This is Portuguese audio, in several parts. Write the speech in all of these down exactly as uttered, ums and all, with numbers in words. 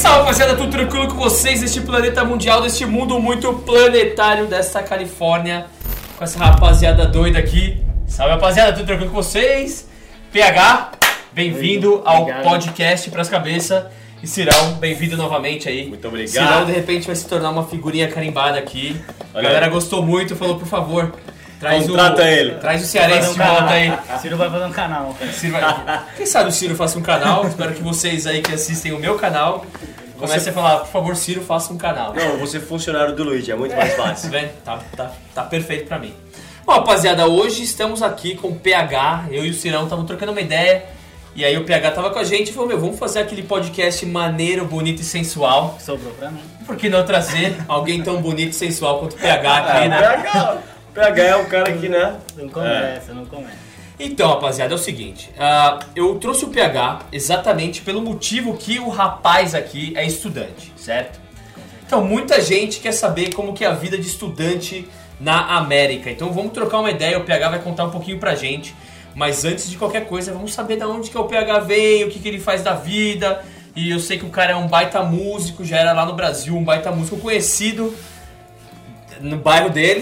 Salve, rapaziada, tudo tranquilo com vocês neste planeta mundial, deste mundo muito planetário desta Califórnia, com essa rapaziada doida aqui. Salve, rapaziada, tudo tranquilo com vocês? P H, bem-vindo ao podcast Pras Cabeças. E Cirão, bem-vindo novamente aí. Muito obrigado. Cirão, de repente, vai se tornar uma figurinha carimbada aqui. A galera aí gostou muito, falou, por favor, traz Contrata o, ele. Traz o cearense um de volta aí. Ciro vai fazer um canal, cara. Ciro vai... Quem sabe o Ciro faça um canal? Espero que vocês aí que assistem o meu canal comecem você... a falar, por favor, Ciro, faça um canal. Não, você é funcionário do Luigi, é muito mais fácil. Tá vendo? Tá, tá, tá perfeito pra mim. Bom, rapaziada, hoje estamos aqui com o P H, eu e o Cirão estamos trocando uma ideia. E aí o P H tava com a gente e falou, meu, vamos fazer aquele podcast maneiro, bonito e sensual. Sobrou pra mim. Por que não trazer alguém tão bonito e sensual quanto o P H aqui, é, né? P H, P H é um cara que, né? Não começa, é. não começa. Então, rapaziada, é o seguinte, uh, eu trouxe o P H exatamente pelo motivo que o rapaz aqui é estudante, certo? Então, muita gente quer saber como que é a vida de estudante na América. Então, vamos trocar uma ideia, o P H vai contar um pouquinho pra gente. Mas antes de qualquer coisa, vamos saber de onde que é o P H veio, o que, que ele faz da vida. E eu sei que o cara é um baita músico, já era lá no Brasil, um baita músico conhecido no bairro dele.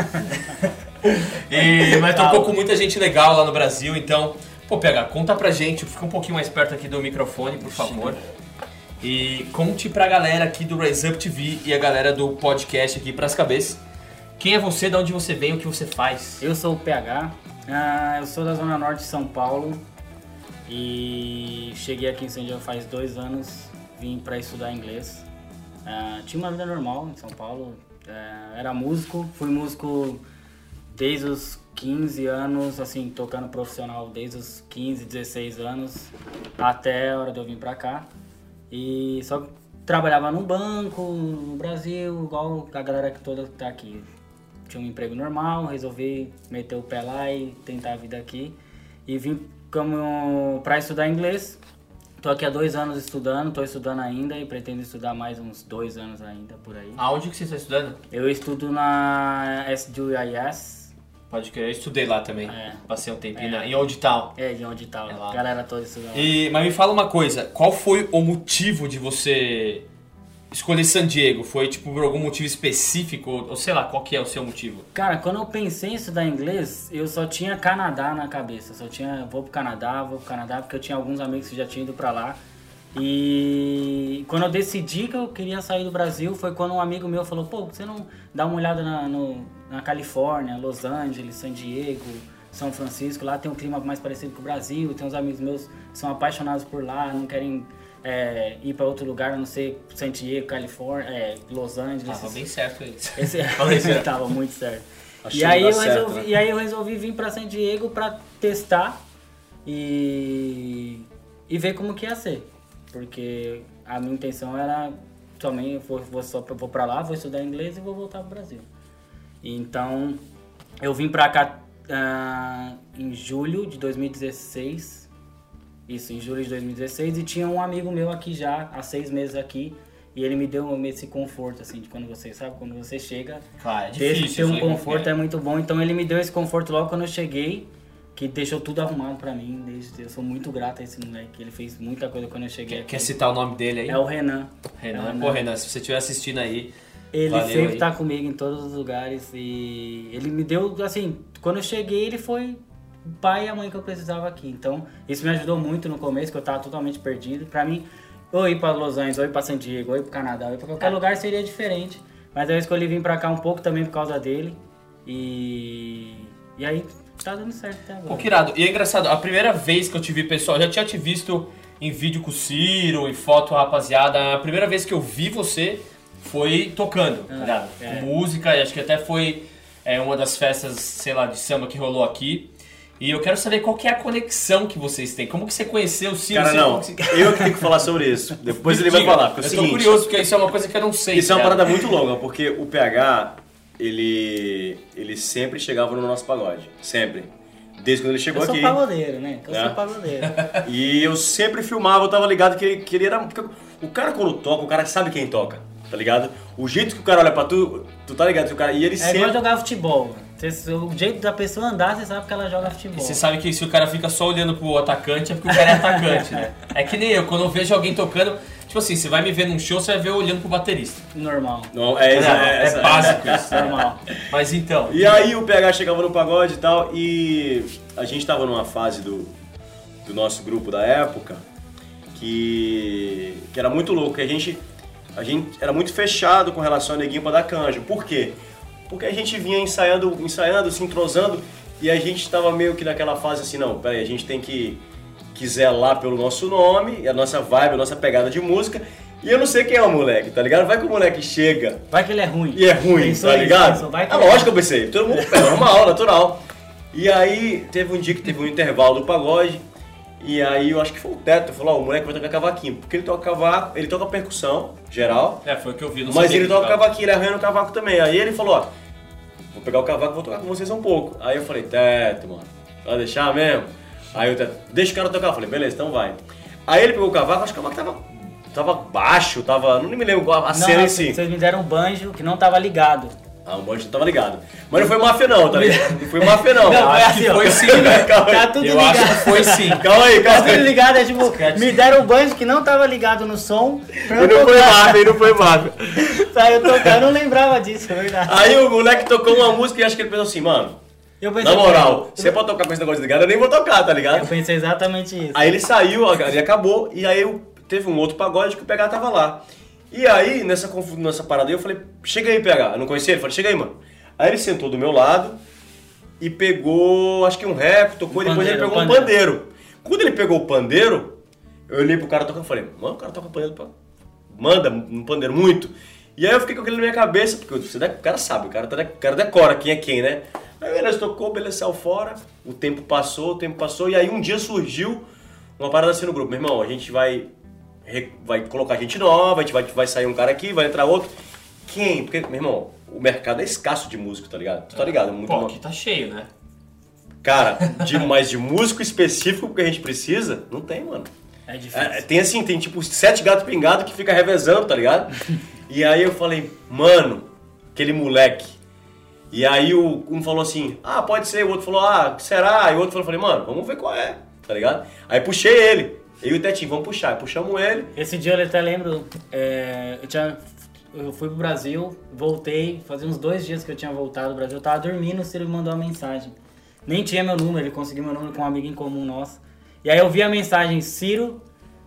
e, mas tocou com muita gente legal lá no Brasil, então... Pô, P H, conta pra gente, fica um pouquinho mais perto aqui do microfone, por favor. E conte pra galera aqui do Rise Up T V e a galera do podcast aqui Pras Cabeças. Quem é você, de onde você vem, o que você faz? Eu sou o P H. Ah, eu sou da Zona Norte de São Paulo e cheguei aqui em São Diego faz dois anos, vim para estudar inglês. Ah, tinha uma vida normal em São Paulo, ah, era músico, fui músico desde os quinze anos, assim, tocando profissional desde os quinze, dezesseis anos até a hora de eu vir para cá. E só trabalhava num banco no Brasil, igual a galera que toda tá aqui. Tinha um emprego normal, resolvi meter o pé lá e tentar a vida aqui. E vim como para estudar inglês. Tô aqui há dois anos estudando, tô estudando ainda e pretendo estudar mais uns dois anos ainda por aí. Aonde que você está estudando? Eu estudo na S D I S. Pode crer, eu estudei lá também. É. Passei um tempinho É. na, em Old Town. É, de onde tá, É lá. a galera toda estudando. E, mas me fala uma coisa, qual foi o motivo de você escolher San Diego? Foi tipo por algum motivo específico? Ou sei lá, qual que é o seu motivo? Cara, quando eu pensei em estudar inglês, eu só tinha Canadá na cabeça. Só tinha, vou pro Canadá, vou pro Canadá, porque eu tinha alguns amigos que já tinham ido pra lá. E quando eu decidi que eu queria sair do Brasil, foi quando um amigo meu falou, pô, você não dá uma olhada na, no, na Califórnia, Los Angeles, San Diego, São Francisco, lá tem um clima mais parecido com o Brasil, tem uns amigos meus que são apaixonados por lá, não querem... É, ir para outro lugar, a não ser San Diego, Califórnia, é, Los Angeles. Tava bem certo isso. Esse tava muito certo. Acho E aí, eu certo, resolvi, né? e aí eu resolvi vir para San Diego para testar e, e ver como que ia ser. Porque a minha intenção era também, vou, vou, só, vou para lá, vou estudar inglês e vou voltar pro Brasil. E então, eu vim para cá uh, em julho de dois mil e dezesseis. Isso, em julho de dois mil e dezesseis, e tinha um amigo meu aqui já, há seis meses aqui, e ele me deu esse conforto, assim, de quando você, sabe, quando você chega, Claro, é ter, difícil. ter um conforto é. é muito bom, então ele me deu esse conforto logo quando eu cheguei, que deixou tudo arrumado pra mim, desde, eu sou muito grato a esse moleque, ele fez muita coisa quando eu cheguei aqui. Quer citar o nome dele aí? É o Renan. Renan. É o Renan. Pô, Renan, se você estiver assistindo aí, ele valeu sempre aí. tá comigo em todos os lugares, e ele me deu, assim, quando eu cheguei ele foi... o pai e a mãe que eu precisava aqui. Então, isso me ajudou muito no começo, que eu tava totalmente perdido. Pra mim, ou ir pra Los Angeles, ou ir pra San Diego, ou ir pro Canadá, ou ir pra qualquer é. lugar seria diferente. Mas eu escolhi vir pra cá um pouco também por causa dele. E... E aí, tá dando certo até agora. Pô, que irado. E é engraçado, a primeira vez que eu te vi, pessoal, eu já tinha te visto em vídeo com o Ciro, em foto, rapaziada. A primeira vez que eu vi você foi tocando, tá ligado? É. Com música, e acho que até foi é, uma das festas, sei lá, de samba que rolou aqui. E eu quero saber qual que é a conexão que vocês têm. Como que você conheceu o Ciro? Cara, não, você... eu que tenho que falar sobre isso. Depois ele vai falar, porque é o eu seguinte... tô curioso, porque isso é uma coisa que eu não sei. Isso é uma cara. parada muito longa, porque o P H, ele, ele sempre chegava no nosso pagode. Sempre. Desde quando ele chegou aqui. Eu sou aqui. pagodeiro, né? Eu É. sou pagodeiro. E eu sempre filmava, eu tava ligado que ele, que ele era... Porque o cara quando toca, o cara sabe quem toca, tá ligado? O jeito que o cara olha pra tu, tu tá ligado? O cara, e ele É sempre... igual jogar futebol. Você, o jeito da pessoa andar, você sabe que ela joga futebol. E você sabe que se o cara fica só olhando pro atacante, é porque o cara é atacante, né? É que nem eu, quando eu vejo alguém tocando... Tipo assim, você vai me ver num show, você vai ver eu olhando pro baterista. Normal. Não, é, É, é, é básico isso. Normal. Mas então... E aí o P H chegava no pagode e tal, e a gente tava numa fase do, do nosso grupo da época que, que era muito louco, que a gente, a gente era muito fechado com relação a neguinho pra dar canja. Por quê? Porque a gente vinha ensaiando, ensaiando, se entrosando, e a gente tava meio que naquela fase assim, não, peraí, a gente tem que, que zelar pelo nosso nome, a nossa vibe, a nossa pegada de música, e eu não sei quem é o moleque, tá ligado? Vai que o moleque chega Vai que ele é ruim. e é ruim, Pensou tá isso, ligado? pensou, vai que É ele é lógico que eu pensei, todo mundo é normal, natural. E aí teve um dia que teve um intervalo do pagode, e aí eu acho que foi o Teto, falou, ó, o moleque vai tocar cavaquinho, porque ele toca cavaco, ele toca percussão, geral, É, foi o que eu vi no mas ele toca cavaquinho, ele arranha no cavaco também. Aí ele falou, ó, vou pegar o cavaco e vou tocar com vocês um pouco. Aí eu falei, Teto, mano, vai deixar mesmo? Aí o Teto, deixa o cara tocar. Eu falei, beleza, então vai. Aí ele pegou o cavaco, acho que o cavaco tava, tava baixo, tava, não me lembro a, a Não, cena em si. vocês me deram um banjo que não tava ligado. Ah, o banjo não tava ligado. Mas não foi máfia não, tá ligado? Não foi máfia não. Não, foi Acho assim, que ó. foi sim, né? Calma aí. Tá tudo Eu ligado. acho que foi sim. Calma aí, Tá calma tudo aí. ligado, é tipo, me deram um banjo que não tava ligado no som pra E eu não foi tocar. máfia, e não foi máfia. Pra eu tocar, eu não lembrava disso, é verdade. Aí o moleque tocou uma música e acho que ele pensou assim, mano, Eu pensei, na moral, você pode tocar com esse negócio ligado, eu nem vou tocar, tá ligado? Eu pensei exatamente isso. Aí ele saiu, ele acabou, e aí eu, teve um outro pagode que o P H tava lá. E aí, nessa, confu- nessa parada aí, eu falei, chega aí, P H. Eu não conhecia ele, falei, chega aí, mano. Aí ele sentou do meu lado e pegou, acho que um rap, tocou, e depois ele pandeiro, pegou um pandeiro. pandeiro. Quando ele pegou o pandeiro, eu olhei pro cara tocando e falei, mano, o cara toca pandeiro, pra... manda um pandeiro muito. E aí eu fiquei com aquilo na minha cabeça, porque você, o cara sabe, o cara, tá, o cara decora quem é quem, né? Aí beleza, tocou, beleza, saiu fora, o tempo passou, o tempo passou, e aí um dia surgiu uma parada assim no grupo, meu irmão, a gente vai, vai colocar gente nova, a gente vai, vai sair um cara aqui, vai entrar outro. Quem? Porque, meu irmão, o mercado é escasso de músico, tá ligado? Tu tá ligado? É muito Pô, mal. aqui tá cheio, né? Cara, de, mas de músico específico que a gente precisa, não tem, mano. É difícil. É, tem assim, tem tipo sete gatos pingados que fica revezando, tá ligado? E aí eu falei, mano, aquele moleque. E aí o, um falou assim, ah, pode ser. O outro falou, ah, será? E o outro falou, falei, mano, vamos ver qual é, tá ligado? Aí puxei ele, eu e o Tetinho, vamos puxar. Aí puxamos ele. Esse dia eu até lembro, é, eu, tinha, eu fui pro Brasil, voltei, fazia uns dois dias que eu tinha voltado do Brasil, eu tava dormindo, o Ciro me mandou uma mensagem. Nem tinha meu número, ele conseguiu meu número com um amigo em comum nosso. E aí eu vi a mensagem, Ciro,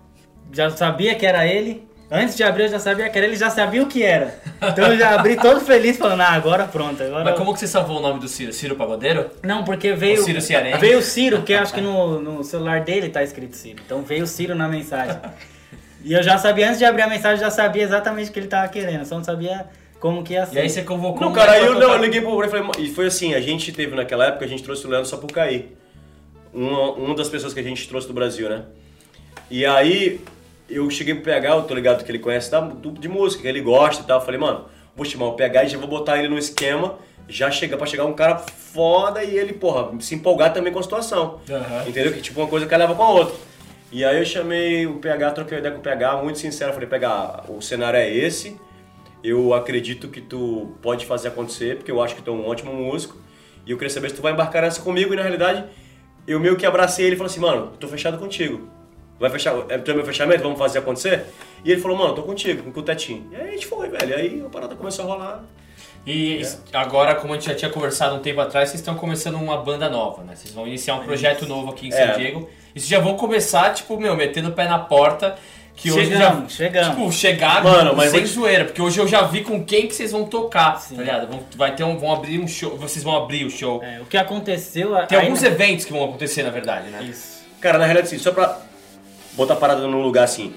já sabia que era ele, antes de abrir eu já sabia que era ele, já sabia o que era. Então eu já abri todo feliz, falando, ah, agora pronto. Agora Mas eu- como que você salvou o nome do Ciro? Ciro Pagodeiro? Não, porque veio. O Ciro Cearense. Veio o Ciro, que eu acho que no, no celular dele tá escrito Ciro. Então veio o Ciro na mensagem. E eu já sabia, antes de abrir a mensagem, eu já sabia exatamente o que ele tava querendo. Só não sabia como que ia ser. E aí você convocou Não, um cara, moleque aí eu, pra não, eu tocar. liguei pro e falei, e foi assim, a gente teve naquela época, a gente trouxe o Leandro Sapucaí. Uma, uma das pessoas que a gente trouxe do Brasil, né? E aí eu cheguei pro P H, eu tô ligado que ele conhece da, do, de música, que ele gosta e tal. Eu falei, mano, vou chamar o P H e já vou botar ele no esquema, já chega pra chegar um cara foda e ele, porra, se empolgar também com a situação. Aham. Entendeu? Que tipo uma coisa que leva com a outra. E aí eu chamei o P H, troquei uma ideia com o P H, muito sincero, falei, P H, o cenário é esse, eu acredito que tu pode fazer acontecer, porque eu acho que tu é um ótimo músico, e eu queria saber se tu vai embarcar nessa comigo, e na realidade, eu meio que abracei ele e falei assim, mano, tô fechado contigo. Vai fechar, é tu é meu fechamento, vamos fazer acontecer? E ele falou, mano, tô contigo, com o Tetinho. E aí a gente foi, velho, e aí a parada começou a rolar. E agora, como a gente já tinha conversado um tempo atrás, vocês estão começando uma banda nova, né? Vocês vão iniciar um projeto novo aqui em San É. Diego. E vocês já vão começar, tipo, meu, metendo o pé na porta. Que hoje Chegamos, já, chegamos. Tipo, chegar Mano, mas sem vou te- zoeira. Porque hoje eu já vi com quem que vocês vão tocar, Sim. tá ligado? Vão, vai ter um, vão abrir um show, vocês vão abrir o show. É, o que aconteceu... Tem aí- alguns eventos que vão acontecer, na verdade, né? Isso. Cara, na realidade, assim, só pra botar a parada num lugar assim.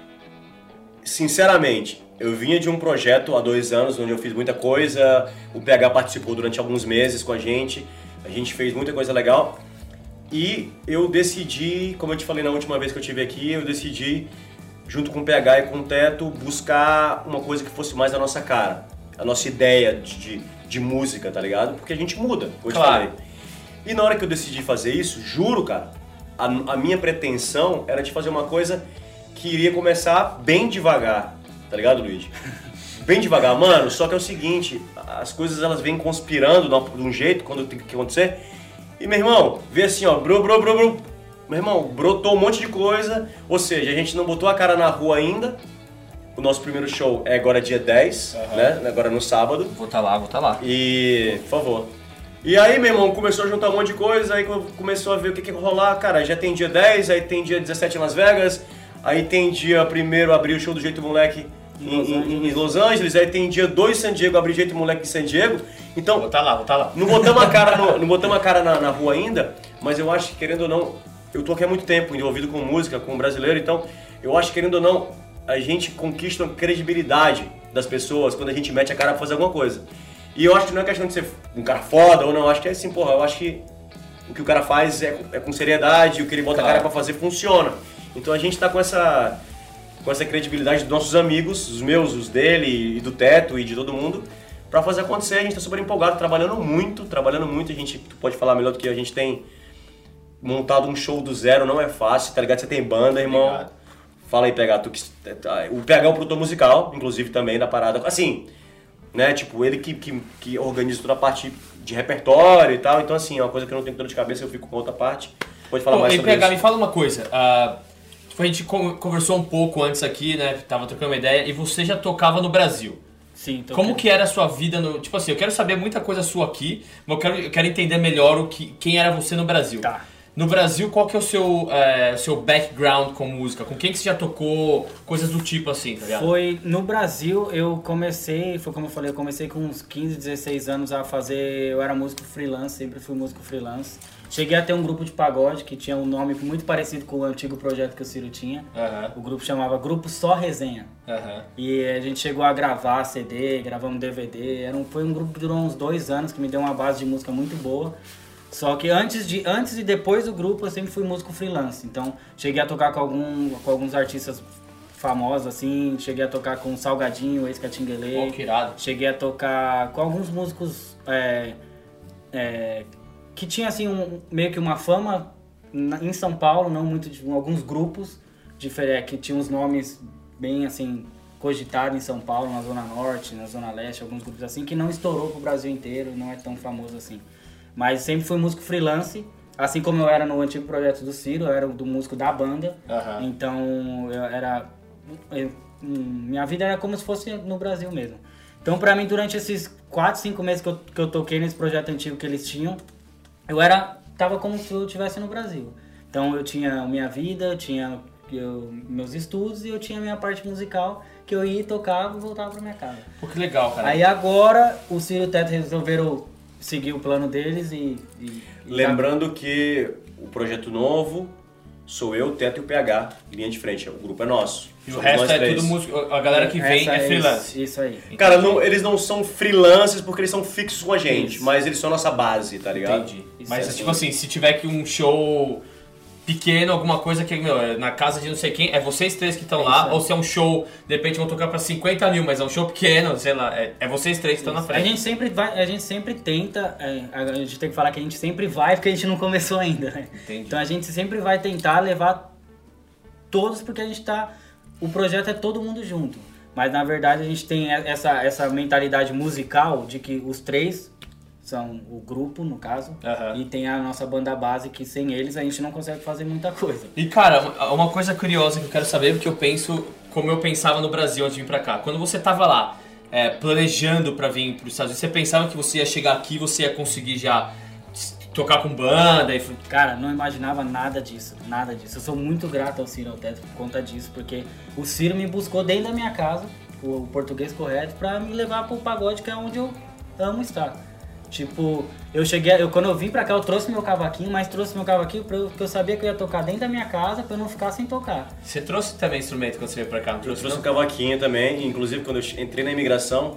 Sinceramente, eu vinha de um projeto há dois anos, onde eu fiz muita coisa, o P H participou durante alguns meses com a gente, a gente fez muita coisa legal. E eu decidi, como eu te falei na última vez que eu estive aqui, eu decidi, junto com o P H e com o Teto, buscar uma coisa que fosse mais a nossa cara, a nossa ideia de, de, de música, tá ligado? Porque a gente muda, como eu te Claro. falei. E na hora que eu decidi fazer isso, juro, cara, a, a minha pretensão era de fazer uma coisa que iria começar bem devagar, tá ligado, Luigi? Bem devagar, mano, só que é o seguinte, as coisas elas vêm conspirando de um jeito, quando tem que acontecer, e meu irmão, vê assim, ó, bru, bru, bru, bru, meu irmão, brotou um monte de coisa, ou seja, a gente não botou a cara na rua ainda. O nosso primeiro show é agora dia dez, uhum. né? Agora no sábado. Vou tá lá, vou tá lá. E, por favor. E aí, meu irmão, começou a juntar um monte de coisa, aí começou a ver o que que ia rolar. Cara, já tem dia dez, aí tem dia dezessete em Las Vegas, aí tem dia primeiro abrir o show do Jeito Moleque em Los, em, em Los Angeles, aí tem dia dois San Diego, abrir Jeito Moleque em San Diego. Então, vou tá lá, vou tá lá. Não botamos a cara, no, não botamos a cara na, na rua ainda, mas eu acho que, querendo ou não, eu tô aqui há muito tempo envolvido com música, com brasileiro, então eu acho que, querendo ou não, a gente conquista a credibilidade das pessoas quando a gente mete a cara pra fazer alguma coisa. E eu acho que não é questão de ser um cara foda ou não, eu acho que é assim, porra, eu acho que o que o cara faz é, é com seriedade, o que ele bota claro. a cara pra fazer funciona. Então a gente tá com essa, com essa credibilidade dos nossos amigos, os meus, os dele e do Teto e de todo mundo, pra fazer acontecer. A gente tá super empolgado, trabalhando muito, trabalhando muito, a gente pode falar melhor do que a gente tem montado um show do zero, não é fácil, tá ligado? Você tem banda, irmão. Obrigado. Fala aí, P H, tu que... O P H é um produtor musical, inclusive, também, da parada. Assim, né, tipo, ele que, que, que organiza toda a parte de repertório e tal. Então, assim, é uma coisa que eu não tenho dor de cabeça, eu fico com outra parte. Pode falar Pô, mais sobre P H, isso. me fala uma coisa. Uh, a gente conversou um pouco antes aqui, né, tava trocando uma ideia, e você já tocava no Brasil. Sim, tô Como querendo. que era a sua vida no... Tipo assim, eu quero saber muita coisa sua aqui, mas eu quero, eu quero entender melhor o que, quem era você no Brasil. Tá. No Brasil, qual que é o seu, é, seu background com música? Com quem que você já tocou? Coisas do tipo assim, tá ligado? Foi no Brasil, eu comecei, foi como eu falei, eu comecei com uns quinze, dezesseis anos a fazer, eu era músico freelance, sempre fui músico freelance. Cheguei a ter um grupo de pagode que tinha um nome muito parecido com o antigo projeto que o Ciro tinha. Uhum. O grupo chamava Grupo Só Resenha. Uhum. E a gente chegou a gravar C D, gravamos D V D. Era um, foi um grupo que durou uns dois anos, que me deu uma base de música muito boa. Só que antes, de, antes e depois do grupo eu sempre fui músico freelance. Então cheguei a tocar com, algum, com alguns artistas famosos, assim. Cheguei a tocar com o Salgadinho, ex-Catinguelê. Oh, que irado. Cheguei a tocar com alguns músicos é, é, que tinha assim, um, meio que uma fama na, em São Paulo, não muito de alguns grupos diferentes, que tinham os nomes bem assim cogitados em São Paulo, na Zona Norte, na Zona Leste, alguns grupos assim, que não estourou pro Brasil inteiro, não é tão famoso assim. Mas sempre fui músico freelance, assim como eu era no antigo projeto do Ciro, eu era do músico da banda. Uhum. Então, eu era... Eu, minha vida era como se fosse no Brasil mesmo. Então, pra mim, durante esses quatro, cinco meses que eu, que eu toquei nesse projeto antigo que eles tinham, eu era... Tava como se eu estivesse no Brasil. Então, eu tinha minha vida, eu tinha eu, meus estudos e eu tinha minha parte musical, que eu ia, tocava e voltava pra minha casa. Pô, que legal, cara. Aí agora, o Ciro e o Teto resolveram... seguir o plano deles e... e, e Lembrando tá... que o projeto novo sou eu, Teto e o P H, linha de frente, o grupo é nosso. E o resto é três. Tudo músico, a galera que vem Essa é freelance. Isso, isso aí. Cara, não, eles não são freelancers porque eles são fixos com a gente, isso. Mas eles são a nossa base, tá ligado? Entendi. Isso mas é tipo assim, se tiver aqui um show... pequeno, alguma coisa que, meu, é na casa de não sei quem, é vocês três que estão é lá, ou se é um show, de repente vão tocar pra cinquenta mil, mas é um show pequeno, sei lá, é, é vocês três que estão na frente. A gente sempre vai, a gente sempre tenta, é, a gente tem que falar que a gente sempre vai porque a gente não começou ainda, né? Entendi. Então a gente sempre vai tentar levar todos porque a gente tá, o projeto é todo mundo junto, mas na verdade a gente tem essa, essa mentalidade musical de que os três são o grupo, no caso, uhum. E tem a nossa banda base, que sem eles a gente não consegue fazer muita coisa. E cara, uma coisa curiosa que eu quero saber, porque eu penso como eu pensava no Brasil antes de vir pra cá. Quando você tava lá, é, planejando pra vir pros Estados Unidos, você pensava que você ia chegar aqui e você ia conseguir já tocar com banda? E... Cara, não imaginava nada disso, nada disso. Eu sou muito grato ao Ciro e ao Teto por conta disso, porque o Ciro me buscou dentro da minha casa, o português correto, pra me levar pro pagode, que é onde eu amo estar. Tipo, eu cheguei, eu, quando eu vim pra cá eu trouxe meu cavaquinho, mas trouxe meu cavaquinho porque eu sabia que eu ia tocar dentro da minha casa pra eu não ficar sem tocar. Você trouxe também instrumento quando você veio pra cá? Não trouxe, eu trouxe um cavaquinho também, inclusive quando eu entrei na imigração,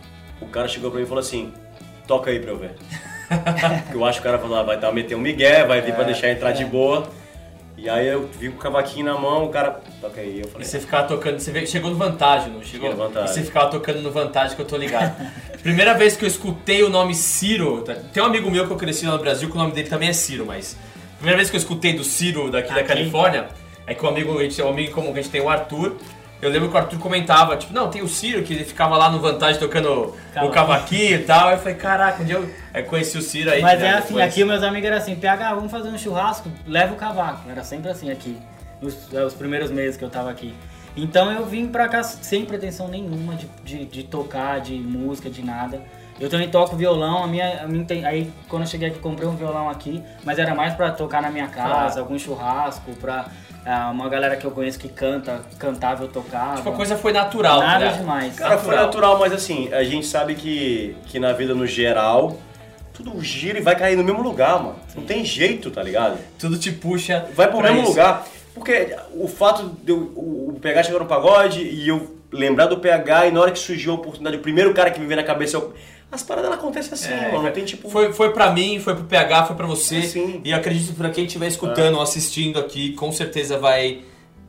o cara chegou pra mim e falou assim, toca aí pra eu ver. Porque eu acho que o cara falou, ah, vai tá, meter um migué, vai vir é, pra deixar entrar é. de boa. E aí eu vim com o cavaquinho na mão, o cara, toca aí, eu falei... E você ficava tocando, você chegou no Vantagem, não chegou? Vantagem. E você ficava tocando no Vantagem, que eu tô ligado. Primeira vez que eu escutei o nome Ciro, tem um amigo meu que eu cresci lá no Brasil, que o nome dele também é Ciro, mas... Primeira vez que eu escutei do Ciro daqui, aqui da Califórnia, é que o amigo, a gente, o amigo comum que a gente tem, o Arthur, eu lembro que o Arthur comentava, tipo, não, tem o Ciro, que ele ficava lá no Vantagem tocando o cavaquinho e tal. Aí eu falei, caraca, um dia eu aí conheci o Ciro aí. Mas né, é assim, depois. aqui meus amigos eram assim, P H, vamos fazer um churrasco, leva o cavaco. Era sempre assim aqui, os, os primeiros meses que eu tava aqui. Então eu vim pra cá sem pretensão nenhuma de, de, de tocar, de música, de nada. Eu também toco violão, a minha, a minha, aí quando eu cheguei aqui comprei um violão aqui, mas era mais pra tocar na minha casa, ah. algum churrasco, pra ah, uma galera que eu conheço que canta, cantava, eu tocava. Tipo, a coisa foi natural, Nada né? demais. Cara, natural. Foi natural, mas assim, a gente sabe que, que na vida no geral, tudo gira e vai cair no mesmo lugar, mano. Sim. Não tem jeito, tá ligado? Tudo te puxa. Vai pro mesmo isso. lugar. Porque o fato de eu, o P H chegar no pagode e eu lembrar do P H e na hora que surgiu a oportunidade, o primeiro cara que me veio na cabeça é o... As paradas acontecem assim, é, mano. Não tem tipo... Foi, foi pra mim, foi pro P H, foi pra você. É, sim. E eu acredito que pra quem estiver escutando ou assistindo aqui, com certeza vai...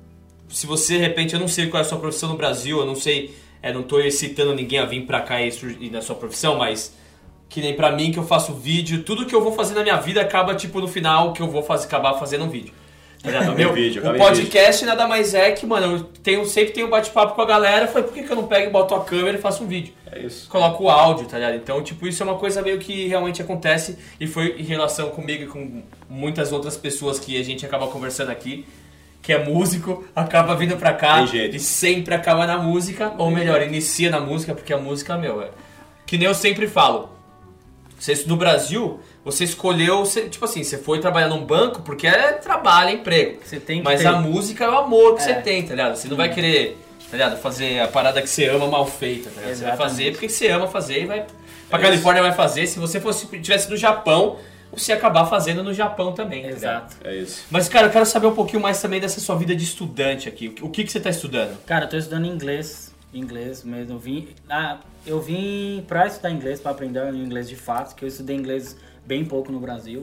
Se você, de repente, eu não sei qual é a sua profissão no Brasil, eu não sei... É, não tô excitando ninguém a vir pra cá e, e na sua profissão, mas... Que nem pra mim, que eu faço vídeo, tudo que eu vou fazer na minha vida acaba, tipo, no final, que eu vou fazer, acabar fazendo um vídeo. Tá Meu, vídeo, o podcast nada mais é que, mano, eu tenho, sempre tenho bate-papo com a galera. Eu falei, por que, que eu não pego e boto a câmera e faço um vídeo? É isso. Coloco o áudio, tá ligado? Então, tipo, isso é uma coisa meio que realmente acontece. E foi em relação comigo e com muitas outras pessoas que a gente acaba conversando aqui, que é músico, acaba vindo pra cá e sempre acaba na música. Ou melhor, inicia na música, porque a música, meu, é... Que nem eu sempre falo. Você, no Brasil, você escolheu, você, tipo assim, você foi trabalhar num banco porque é trabalho, é emprego. Você tem que Mas ter. a música é o amor que É. você tem, tá ligado? Você não vai querer, tá ligado? Fazer a parada que você ama mal feita, tá ligado? Você vai fazer porque você ama fazer e vai... Pra É Califórnia vai fazer. Se você fosse tivesse no Japão, você ia acabar fazendo no Japão também, tá ligado? Exato. É isso. Mas, cara, eu quero saber um pouquinho mais também dessa sua vida de estudante aqui. O que, que você tá estudando? Cara, eu tô estudando inglês, inglês mesmo. Eu vim, ah, eu vim pra estudar inglês, pra aprender inglês de fato, que eu estudei inglês bem pouco no Brasil.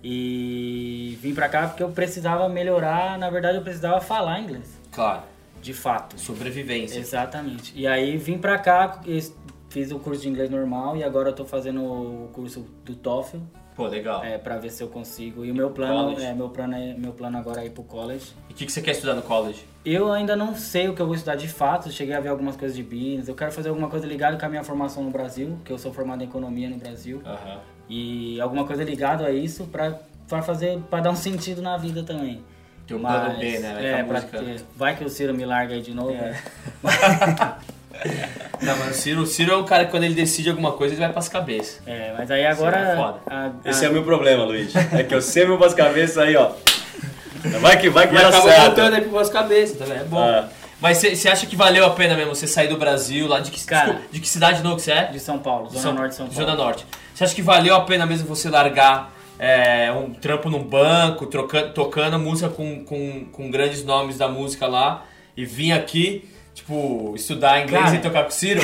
E vim pra cá porque eu precisava melhorar, na verdade eu precisava falar inglês. Claro. De fato. Sobrevivência. Exatamente. E aí vim pra cá, fiz o curso de inglês normal e agora eu tô fazendo o curso do TOEFL. Pô, legal. É, pra ver se eu consigo. E o meu plano, College. é, meu plano, é, meu plano agora é ir pro college. E o que, que você quer estudar no college? Eu ainda não sei o que eu vou estudar de fato, cheguei a ver algumas coisas de business. Eu quero fazer alguma coisa ligada com a minha formação no Brasil, que eu sou formado em economia no Brasil. Aham. E alguma coisa ligada a isso pra, pra fazer, pra dar um sentido na vida também. Tem um plano B, né? É, Com a pra música. ter, vai que o Ciro me larga aí de novo. É. né? Não, mas o Ciro, o Ciro é um cara que quando ele decide alguma coisa, ele vai pras cabeças. É, mas aí agora... Ciro é foda. a- a- Esse é o meu problema, Luiz. É que eu sempre vou as cabeças aí, ó. Vai que vai que Mas dá acaba certo. voltando aí pras cabeças, tá vendo? É bom. Ah. Mas você acha que valeu a pena mesmo você sair do Brasil, lá de que, Cara, desculpa, de que cidade novo que você é? De São Paulo, Zona São- Norte de São Paulo. Zona Norte. Você acha que valeu a pena mesmo você largar é, um trampo num banco, trocando, tocando música com, com, com grandes nomes da música lá e vir aqui, tipo, estudar inglês Cara. e tocar com o Ciro?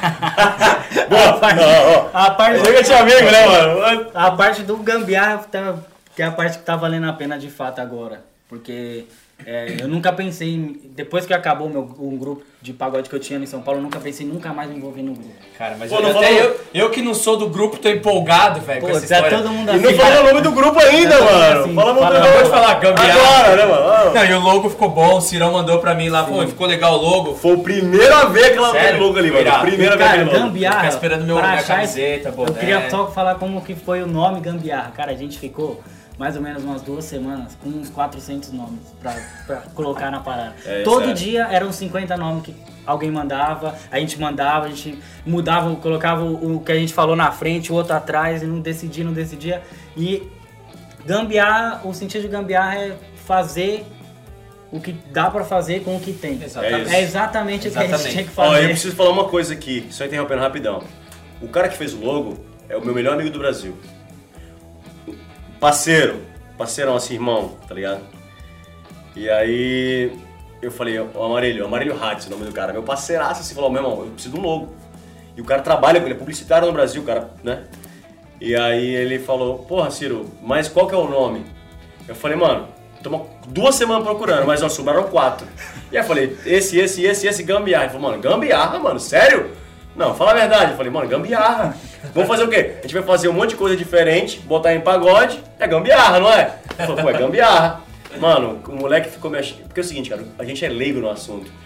Boa, não, ó. A parte, Chega de amigo, né, mano? a parte do gambiarra, tá- que é a parte que tá valendo a pena de fato agora. Porque é, eu nunca pensei, em- depois que acabou o meu, um grupo de pagode que eu tinha em São Paulo, eu nunca pensei em nunca mais me envolver no grupo. Cara, mas Pô, eu, não até falou- eu, eu que não sou do grupo tô empolgado, velho, com Pô, essa tá história. todo mundo E assim. não falou o nome do grupo ainda, Tá todo mundo mano. assim, Fala o nome fala- do Acabou de grupo. falar, gambiarra. Agora, né, mano? Não, e o logo ficou bom, o Cirão mandou pra mim lá, pô, ficou legal o logo. Foi o primeiro a ver aquela Sério? logo ali, mano. Irado. Primeira vez Cara, aquele logo. gambiarra. Ficar esperando meu- pra minha achar camiseta, esse- boné. Eu queria só falar como que foi o nome gambiarra. Cara, a gente ficou mais ou menos umas duas semanas com uns quatrocentos nomes pra, pra colocar na parada. É, Todo sério. dia eram cinquenta nomes que alguém mandava, a gente mandava, a gente mudava, colocava o, o que a gente falou na frente, o outro atrás, e não decidia, não decidia. E gambiarra, o sentido de gambiarra é fazer o que dá pra fazer com o que tem. Exatamente. É exatamente o que a Exatamente. gente tinha que Ó, fazer. eu preciso falar uma coisa aqui, só interrompendo rapidão. O cara que fez o logo é o meu melhor amigo do Brasil. Parceiro. Parceirão, assim, irmão, tá ligado? E aí eu falei, o Amarilho, Amarilho Hatz, o nome do cara, meu parceiraço, assim, falou, meu irmão, eu preciso de um logo. E o cara trabalha com ele, é publicitário no Brasil, o cara, né? E aí ele falou, porra, Ciro, mas qual que é o nome? Eu falei, mano, estamos duas semanas procurando, mas nós sobraram quatro. E aí eu falei, esse, esse, esse, esse, gambiarra. Ele falou, mano, gambiarra, mano, sério? Não, fala a verdade. Eu falei, mano, gambiarra. Vamos fazer o quê? A gente vai fazer um monte de coisa diferente, botar em pagode, é gambiarra, não é? Ele falou, pô, é gambiarra. Mano, o moleque ficou me achando... Porque é o seguinte, cara, a gente é leigo no assunto.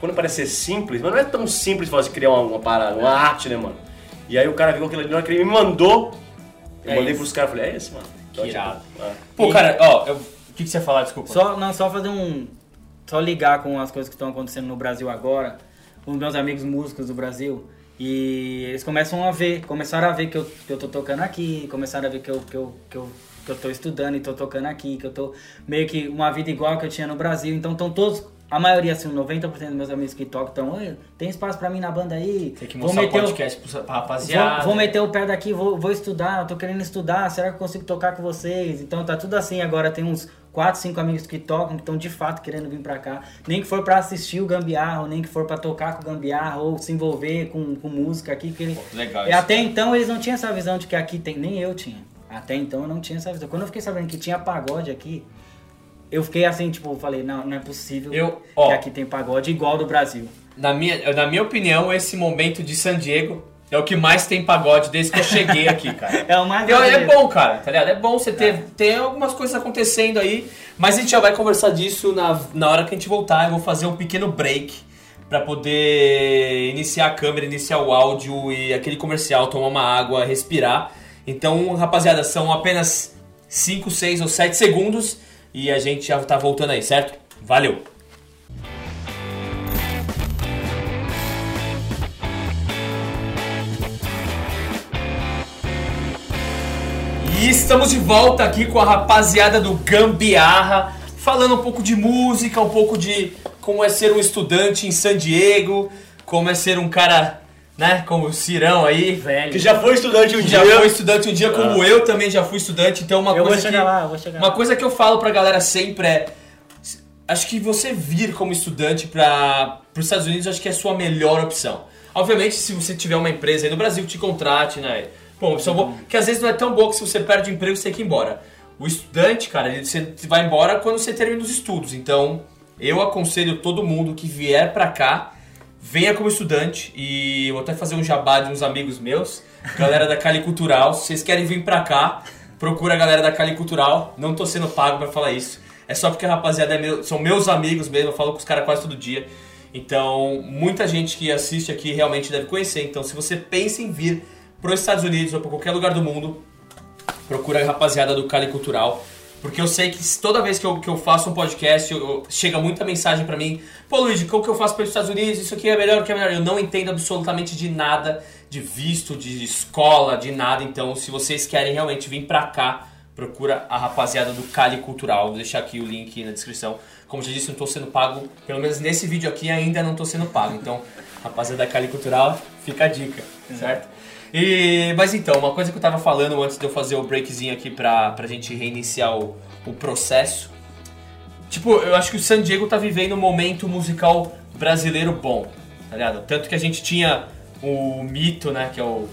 quando parece ser simples, mas não é tão simples você criar uma, uma parada, uma arte, né, mano? E aí o cara viu aquilo ali, na hora que ele me mandou, eu É mandei isso. pros caras, falei, é esse, mano. Que irado. Ah. Pô, cara, ó, eu- o que, que você ia falar? Desculpa. Só, não, só fazer um... Só ligar com as coisas que estão acontecendo no Brasil agora, com os meus amigos músicos do Brasil, e eles começam a ver, começaram a ver que eu, que eu tô tocando aqui, começaram a ver que eu, que, eu, que, eu, que eu tô estudando e tô tocando aqui, que eu tô meio que uma vida igual que eu tinha no Brasil, então estão todos... A maioria, assim, noventa por cento dos meus amigos que tocam estão, "Oi, tem espaço pra mim na banda aí? Tem que Vou mostrar o meter o- podcast pro- pra rapaziada. Vou, vou meter o pé daqui, vou, vou estudar, eu tô querendo estudar, será que eu consigo tocar com vocês?" Então tá tudo assim, agora tem uns quatro, cinco amigos que tocam, que estão de fato querendo vir pra cá. Nem que for pra assistir o Gambiarra, ou nem que for pra tocar com o Gambiarra, ou se envolver com, com música aqui. Que ele... Pô, legal E isso. até então eles não tinham essa visão de que aqui tem, nem eu tinha. Até então eu não tinha essa visão. Quando eu fiquei sabendo que tinha pagode aqui, eu fiquei assim, tipo, falei, não, não é possível Eu- ó. que aqui tem pagode igual do Brasil. Na minha, na minha opinião, esse momento de San Diego é o que mais tem pagode desde que eu cheguei aqui, cara. É o mais E, ó, é brasileiro. bom, cara, tá ligado? É bom você ter, ter algumas coisas acontecendo aí, mas a gente já vai conversar disso na, na hora que a gente voltar. Eu vou fazer um pequeno break pra poder iniciar a câmera, iniciar o áudio e aquele comercial, tomar uma água, respirar. Então, rapaziada, são apenas cinco, seis ou sete segundos e a gente já tá voltando aí, certo? Valeu! E estamos de volta aqui com a rapaziada do Gambiarra, falando um pouco de música, um pouco de como é ser um estudante em San Diego, como é ser um cara, né, como o Cirão aí, Velho. Que já foi estudante um que dia. já foi estudante um dia, como eu também já fui estudante, então uma Eu vou coisa chegar que, lá, eu vou chegar uma lá. coisa que eu falo pra galera sempre é, acho que você vir como estudante para os Estados Unidos, acho que é a sua melhor opção. Obviamente, se você tiver uma empresa aí no Brasil que te contrate, né? Pô, uma opção boa, que às vezes não é tão boa que se você perde o emprego, você tem que ir embora. O estudante, cara, ele, você vai embora quando você termina os estudos. Então, eu aconselho todo mundo que vier pra cá, venha como estudante. E eu vou até fazer um jabá de uns amigos meus, galera da Cali Cultural. Se vocês querem vir pra cá, procura a galera da Cali Cultural. Não tô sendo pago pra falar isso. É só porque a rapaziada é meu, são meus amigos mesmo, eu falo com os caras quase todo dia. Então, muita gente que assiste aqui realmente deve conhecer. Então, se você pensa em vir para os Estados Unidos ou para qualquer lugar do mundo, procura a rapaziada do Cali Cultural. Porque eu sei que toda vez que eu, que eu faço um podcast, eu, eu- chega muita mensagem pra mim. Pô, Luigi, como que eu faço para os Estados Unidos? Isso aqui é melhor, o que é melhor? Eu não entendo absolutamente de nada, de visto, de escola, de nada. Então, se vocês querem realmente vir pra cá, procura a rapaziada do Cali Cultural. Vou deixar aqui o link na descrição. Como eu já disse, não estou sendo pago. Pelo menos nesse vídeo aqui ainda não estou sendo pago. Então, rapaziada da Cali Cultural, fica a dica, certo? E, mas então, uma coisa que eu tava falando antes de eu fazer o breakzinho aqui pra, pra gente reiniciar o, o processo. Tipo, eu acho que o San Diego tá vivendo um momento musical brasileiro bom, tá ligado? Tanto que a gente tinha o mito, né, que é o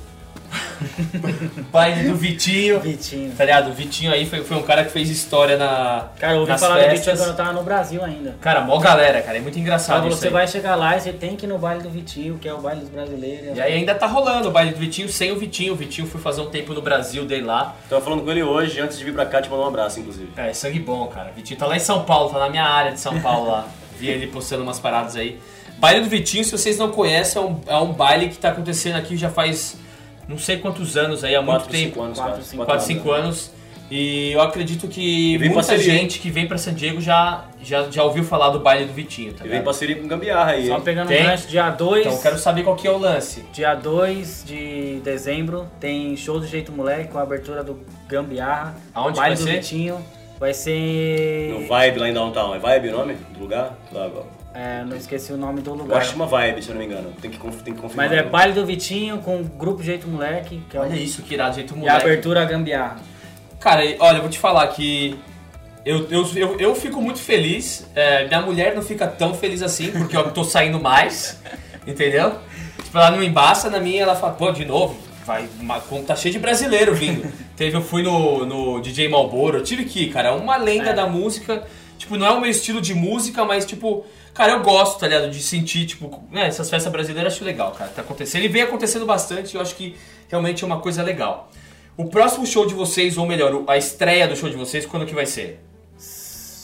baile do Vitinho, Vitinho. tá ligado? O Vitinho aí foi, foi um cara que fez história na, Cara, eu ouvi nas falar do Vitinho festas. quando eu tava no Brasil ainda. Cara, mó galera, cara, é muito engraçado Sabe, isso você aí. vai chegar lá e você tem que ir no baile do Vitinho, que é o baile dos brasileiros. E aí ainda tá rolando o baile do Vitinho sem o Vitinho. O Vitinho foi fazer um tempo no Brasil, dei lá. Tava falando com ele hoje, antes de vir pra cá, te mandar um abraço, inclusive. É, sangue bom, cara. Vitinho tá lá em São Paulo, tá na minha área de São Paulo lá. Vi ele postando umas paradas aí. Baile do Vitinho, se vocês não conhecem, é um, é um baile que tá acontecendo aqui já faz não sei quantos anos aí, há muito Quatro, tempo. cinco anos, Quatro, quase. cinco, quatro, cinco anos. E eu acredito que vem muita parceria. gente que vem pra San Diego já, já, já ouviu falar do baile do Vitinho, tá E vem ligado? parceria com Gambiarra aí, Só hein? pegando Tem? um gancho, dia dois, Então eu quero saber qual que é o lance. dia dois de dezembro tem show do Jeito Moleque com a abertura do Gambiarra. Aonde baile vai do ser? Vitinho. Vai ser... No Vibe lá em Downtown. É Vibe o nome do lugar? Lá, agora. É, não esqueci o nome do Eu lugar. acho uma Vibe, se eu não me engano. Tem que, conf- tem que confirmar. Mas é baile do Vitinho com o grupo Jeito Moleque, que é o... Olha isso, que irado, jeito E a moleque. abertura Gambiarra. Cara, e- olha, eu vou te falar que eu, eu, eu, eu fico muito feliz. É, minha mulher não fica tão feliz assim, porque eu tô saindo mais, entendeu? Tipo, ela não embaça, na minha ela fala, pô, de novo, vai, uma- tá cheio de brasileiro vindo. Teve, eu fui no, no D J Malboro, eu tive que ir, cara, é uma lenda É. da música. Tipo, não é o meu estilo de música, mas tipo, cara, eu gosto, tá ligado? De sentir, tipo, né, essas festas brasileiras, acho legal, cara, tá acontecendo. E vem acontecendo bastante, eu acho que realmente é uma coisa legal. O próximo show de vocês, ou melhor, a estreia do show de vocês, quando que vai ser?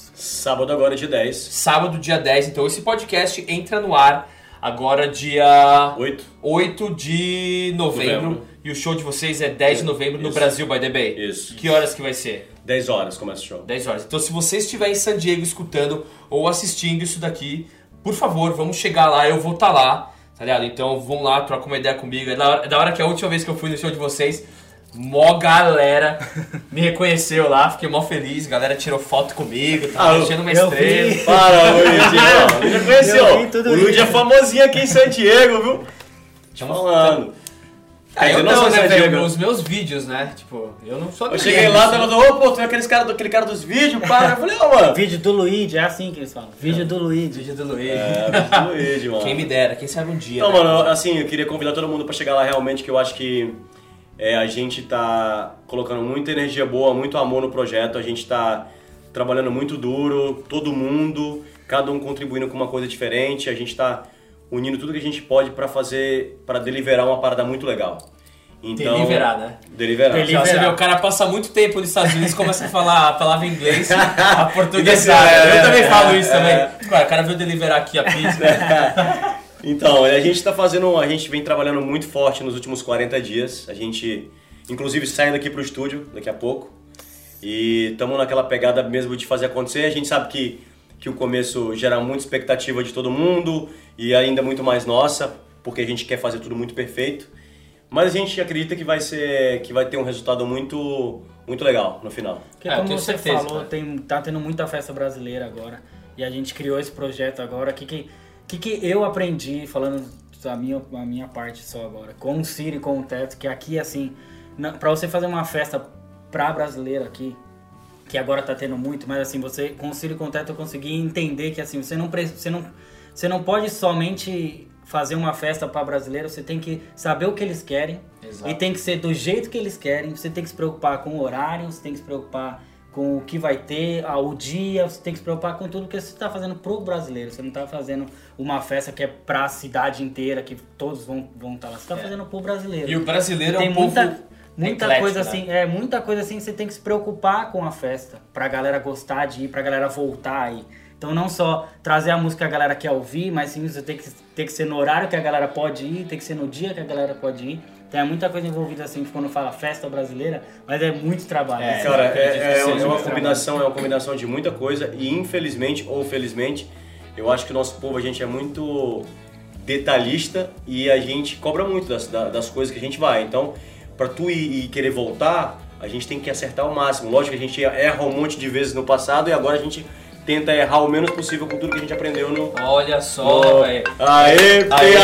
Sábado agora, dia dez. Sábado, dia dez. Então esse podcast entra no ar agora dia oito. oito de novembro. Novembro. E o show de vocês é dez de novembro no Isso. Brasil, by the Bay. Isso. Que horas que vai ser? dez horas começa o show. dez horas. Então se você estiver em San Diego escutando ou assistindo isso daqui, por favor, vamos chegar lá, eu vou estar lá, tá ligado? Então vão lá, troca uma ideia comigo. É da hora, é da hora que a última vez que eu fui no show de vocês, mó galera me reconheceu lá, fiquei mó feliz, a galera tirou foto comigo, tava Ah, mexendo uma eu estrela. vi. Para, Luigi, ó. Já conheceu? Eu vi tudo O Luigi isso. é famosinho aqui em San Diego, viu? Te falando. Ah, eu Eu não, não sou né, San velho? Diego. Os meus vídeos, né? Tipo, eu não sou Eu ninguém, cheguei lá, assim. tava falando, ô, pô, tu é aqueles cara, aquele cara dos vídeos, para. Eu falei, ô, mano. Vídeo do Luigi, é assim que eles falam. Vídeo do Luigi. Vídeo do Luigi. É, vídeo do Luigi, mano. Quem me dera, quem sabe um dia. Então, né? mano, assim, eu queria convidar todo mundo pra chegar lá realmente, que eu acho que é, a gente tá colocando muita energia boa, muito amor no projeto, a gente tá trabalhando muito duro, todo mundo, cada um contribuindo com uma coisa diferente, a gente tá unindo tudo que a gente pode pra fazer, pra deliverar uma parada muito legal. Então, Deliverar, né? Deliverar. Deli- Já, você vê, Liberar. o cara passa muito tempo nos Estados Unidos e começa a falar a palavra em inglês, a portuguesa. É, eu também falo isso é. também. Cara, o cara veio deliverar aqui a pizza. Então, a gente tá fazendo, a gente vem trabalhando muito forte nos últimos quarenta dias. A gente, inclusive, sai daqui pro estúdio daqui a pouco. E estamos naquela pegada mesmo de fazer acontecer. A gente sabe que, que o começo gera muita expectativa de todo mundo e ainda muito mais nossa, porque a gente quer fazer tudo muito perfeito. Mas a gente acredita que vai ser, que vai ter um resultado muito, muito legal no final. Porque Ah, eu como tenho você certeza, falou, cara. tem, tá tendo muita festa brasileira agora. E a gente criou esse projeto agora. O que, que, que, que eu aprendi, falando a minha, a minha parte só agora, com o Ciro e com o Teto, que aqui, assim, na, pra você fazer uma festa pra brasileiro aqui, que agora tá tendo muito, mas assim, você, com o Ciro e com o Teto, eu consegui entender que, assim, você não, pre- você não, você não pode somente fazer uma festa para brasileiro, você tem que saber o que eles querem. Exato. E tem que ser do jeito que eles querem. Você tem que se preocupar com o horário, você tem que se preocupar com o que vai ter, ah, o dia, você tem que se preocupar com tudo que você está fazendo pro brasileiro. Você não está fazendo uma festa que é pra cidade inteira, que todos vão vão estar lá. Você está É. fazendo pro brasileiro. E o brasileiro tem é um muita, povo muita eclético, coisa né? assim, é muita coisa assim que você tem que se preocupar com a festa, pra galera gostar de ir, pra galera voltar aí. Então não só trazer a música que a galera quer ouvir, mas sim você tem que, tem que ser no horário que a galera pode ir, tem que ser no dia que a galera pode ir. Tem muita coisa envolvida assim, quando fala festa brasileira, mas é muito trabalho. É, Cara, eu acredito é, que é seja uma muito combinação, é uma combinação de muita coisa e infelizmente ou felizmente, eu acho que o nosso povo, a gente é muito detalhista e a gente cobra muito das, da- das coisas que a gente vai. Então, pra tu ir e querer voltar, a gente tem que acertar o máximo. Lógico que a gente erra um monte de vezes no passado e agora a gente tenta errar o menos possível com tudo que a gente aprendeu no... Olha só, velho. Aê, P Aê,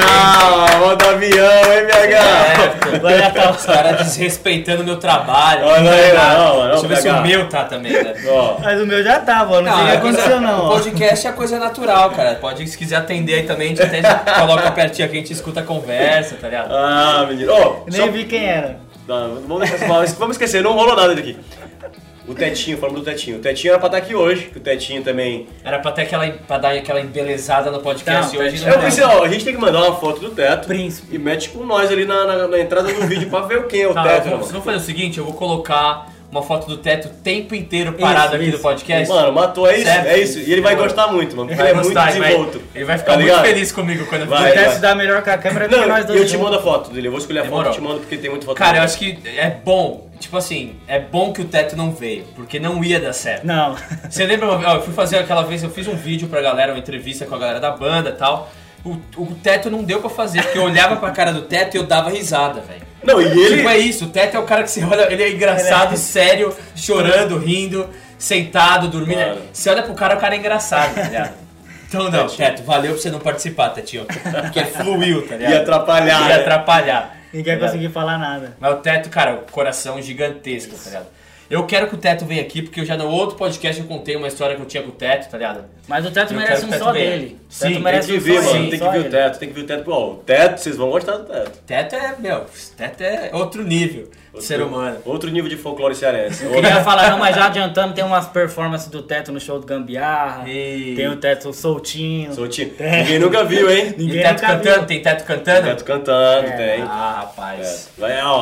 H! Modo avião, hein, P H? Olha, tá, os caras desrespeitando o meu trabalho. Olha aí, não, não, Deixa eu ver se P H. o meu tá também, né? Ó, Mas o meu já tava, não, sei o que é coisa- aconteceu O não. ó. podcast é coisa natural, cara. Pode, se quiser atender aí também, a gente até coloca pertinho aqui, a gente escuta a conversa, tá ligado? ah, menino. Ó, Nem só- vi quem era. Não, vamos deixar essa palavra- vamos esquecer, não rolou nada daqui. O Tetinho, falando do Tetinho. O Tetinho era pra estar aqui hoje, que o Tetinho também... Era pra ter aquela, pra dar aquela embelezada no podcast Não, hoje. Tetinho- Não Eu deu. pensei, ó, a gente tem que mandar uma foto do Teto Príncipe. e mete com nós ali na, na- na entrada do vídeo pra ver quem é o Tá, Teto. eu vou, né, vocês vão fazer o seguinte, eu vou colocar uma foto do Teto o tempo inteiro parado Isso, aqui isso. do podcast. Mano, matou, é isso, Certo? é isso. E ele vai Boa. gostar muito, mano, Ele porque vai ele é gostar, muito ele vai, desenvolto. ele vai ficar Tá muito ligado? feliz comigo quando eu Vai, O fizer. vai. teste dá melhor com a câmera do que Não, nós e dois. eu te juntos. mando a foto dele, eu vou escolher a Demorou. foto e te mando porque tem muita foto. Cara, eu dele. acho que é bom, tipo assim, é bom que o Teto não veio, porque não ia dar certo. Não. Você lembra, ó, eu fui fazer aquela vez, eu fiz um vídeo pra galera, uma entrevista com a galera da banda e tal. O, o Teto não deu pra fazer, porque eu olhava pra cara do Teto e eu dava risada, velho. Não, e ele... Tipo, é isso, o Teto é o cara que você olha, ele é engraçado, Ele é- sério, chorando, rindo, sentado, dormindo. Claro. Você olha pro cara, o cara é engraçado, tá ligado? Então não, Tetinho. Teto, valeu por você não participar, Tetinho. Porque fluiu, tá ligado? Ia atrapalhar, Ia né? atrapalhar. Ninguém tá ligado? conseguiu falar nada. Mas o Teto, cara, o coração gigantesco, tá ligado? Eu quero que o Teto venha aqui, porque eu já no outro podcast eu contei uma história que eu tinha com o Teto, tá ligado? Mas o Teto Eu merece quero um que o só Teto venha. dele. O Sim, Teto tem merece Tem um que ver, só mano, ele, tem só que ver o ele. Teto, tem que ver o Teto. Pô, o Teto, vocês vão gostar do Teto. Teto é, meu, Teto é outro nível de ser humano. Outro nível de folclore cearense. Eu queria falar, não, mas já adiantando, tem umas performances do Teto no show do Gambiarra. E... Tem o Teto soltinho. Soltinho. Ninguém nunca viu, hein? E Ninguém Teto nunca cantando, viu. tem Teto cantando? Teto cantando, É. tem. Ah, rapaz. É. Vai, ó.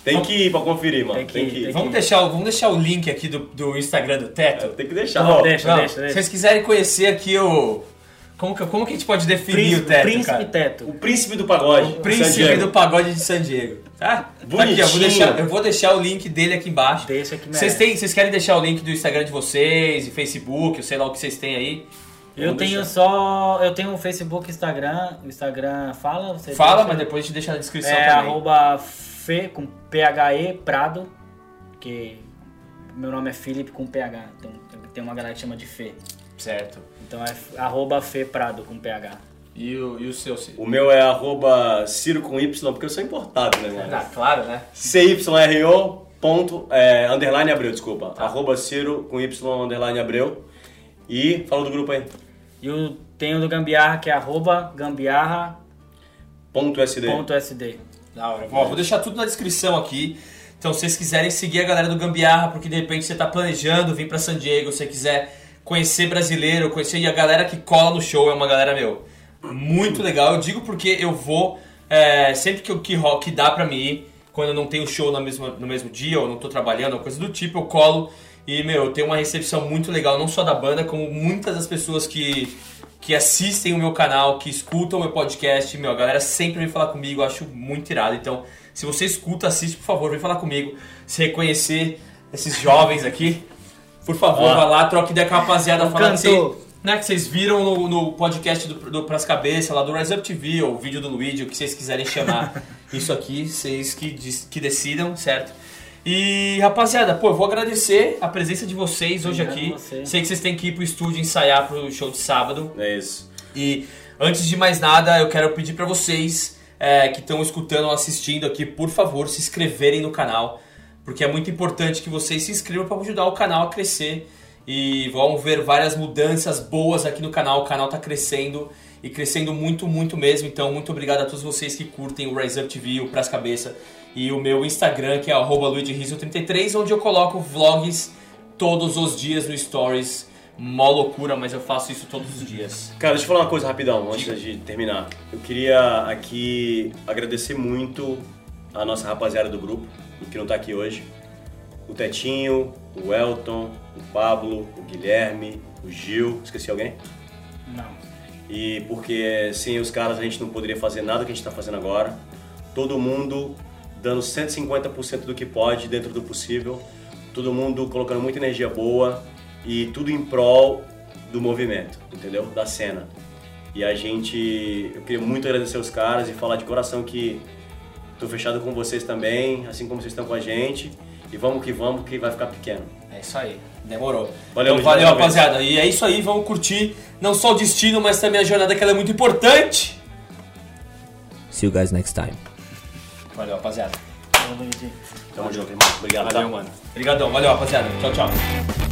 Tem que ir pra conferir, mano. Tem que Tem ir, que ir. tem Vamos deixar, o- vamos deixar o link aqui do, do Instagram do Teto? Tem que deixar. Não, ó. deixa, Não, deixa, se deixa. vocês quiserem conhecer aqui o... Como que, como que a gente pode definir Príncipe, o Teto, príncipe cara? Teto. O príncipe do pagode. O príncipe San Diego. do pagode de San Diego. Tá? Tá aqui, ó, vou Bonitinho. deixar, eu vou deixar o link dele aqui embaixo. Deixa que merece. Vocês, têm, vocês querem deixar o link do Instagram de vocês, e Facebook, ou sei lá o que vocês têm aí? Eu Vamos tenho deixar. só. Eu tenho o Facebook, Instagram. O Instagram fala. Você Fala, deixa? mas depois a gente deixa na descrição É também. arroba fe, com P H E Prado. Que meu nome é Felipe com P H. Então tem uma galera que chama de Fê. Certo. Então é arroba Fê Prado com P H. E o, e o seu, Ciro? O meu é arroba Ciro com Y, porque eu sou importado, né, mano? Ah, claro, né? C Y R O ponto, é, underline Abreu, desculpa. Tá. Arroba Ciro com Y, underline Abreu. E fala do grupo aí. E eu tenho do Gambiarra que é arroba gambiarra Ponto S D. ponto S D. Da hora. Ó, vou deixar tudo na descrição aqui. Então, se vocês quiserem seguir a galera do Gambiarra, porque de repente você tá planejando vir pra San Diego, se você quiser conhecer brasileiro, conhecer e a galera que cola no show, é uma galera, meu, muito legal. Eu digo porque eu vou, é, sempre que, eu, que, ro- que dá pra mim ir, quando eu não tenho show no mesmo, no mesmo dia, ou não tô trabalhando, ou coisa do tipo, eu colo e, meu, eu tenho uma recepção muito legal, não só da banda, como muitas das pessoas que, que assistem o meu canal, que escutam o meu podcast, meu, a galera sempre vem falar comigo, eu acho muito irado. Então, se você escuta, assiste, por favor, vem falar comigo, se reconhecer esses jovens aqui, por favor, Ah. vai lá, troca ideia com a rapaziada, Um fala que, cantor. vocês, né, que vocês viram no, no podcast do, do Pras Cabeças, lá do Rise Up T V, ou o vídeo do Luigi, o que vocês quiserem chamar isso aqui, vocês que, dis- que decidam, certo? E, rapaziada, pô, eu vou agradecer a presença de vocês hoje Obrigado aqui. a você. Sei que vocês têm que ir pro estúdio ensaiar pro show de sábado. É isso. E antes de mais nada, eu quero pedir pra vocês é, que estão escutando ou assistindo aqui, por favor, se inscreverem no canal, porque é muito importante que vocês se inscrevam para ajudar o canal a crescer. E vão ver várias mudanças boas aqui no canal. O canal tá crescendo e crescendo muito, muito mesmo. Então, muito obrigado a todos vocês que curtem o Rise Up T V, o Pras Cabeça e o meu Instagram, que é arroba luigi riso trinta e três, onde eu coloco vlogs todos os dias no Stories. Mó loucura, mas eu faço isso todos os dias. Cara, deixa eu falar uma coisa rapidão, antes de terminar. Eu queria aqui agradecer muito a nossa rapaziada do grupo, que não tá aqui hoje. O Tetinho, o Elton, o Pablo, o Guilherme, o Gil. Esqueci alguém? Não. E porque sem os caras a gente não poderia fazer nada que a gente tá fazendo agora. Todo mundo dando cento e cinquenta por cento do que pode, dentro do possível. Todo mundo colocando muita energia boa e tudo em prol do movimento, entendeu? Da cena. E a gente... Eu queria muito agradecer os caras e falar de coração que tô fechado com vocês também, assim como vocês estão com a gente. E vamos que vamos, que vai ficar pequeno. É isso aí, demorou. Valeu, então, valeu, Luigi, rapaziada. E é isso aí, vamos curtir não só o destino, mas também a jornada, que ela é muito importante. See you guys next time. Valeu, rapaziada. Valeu, Luigi. Tamo junto, irmão. Obrigado. Valeu, tá? mano. Obrigadão, valeu, rapaziada. Tchau, tchau.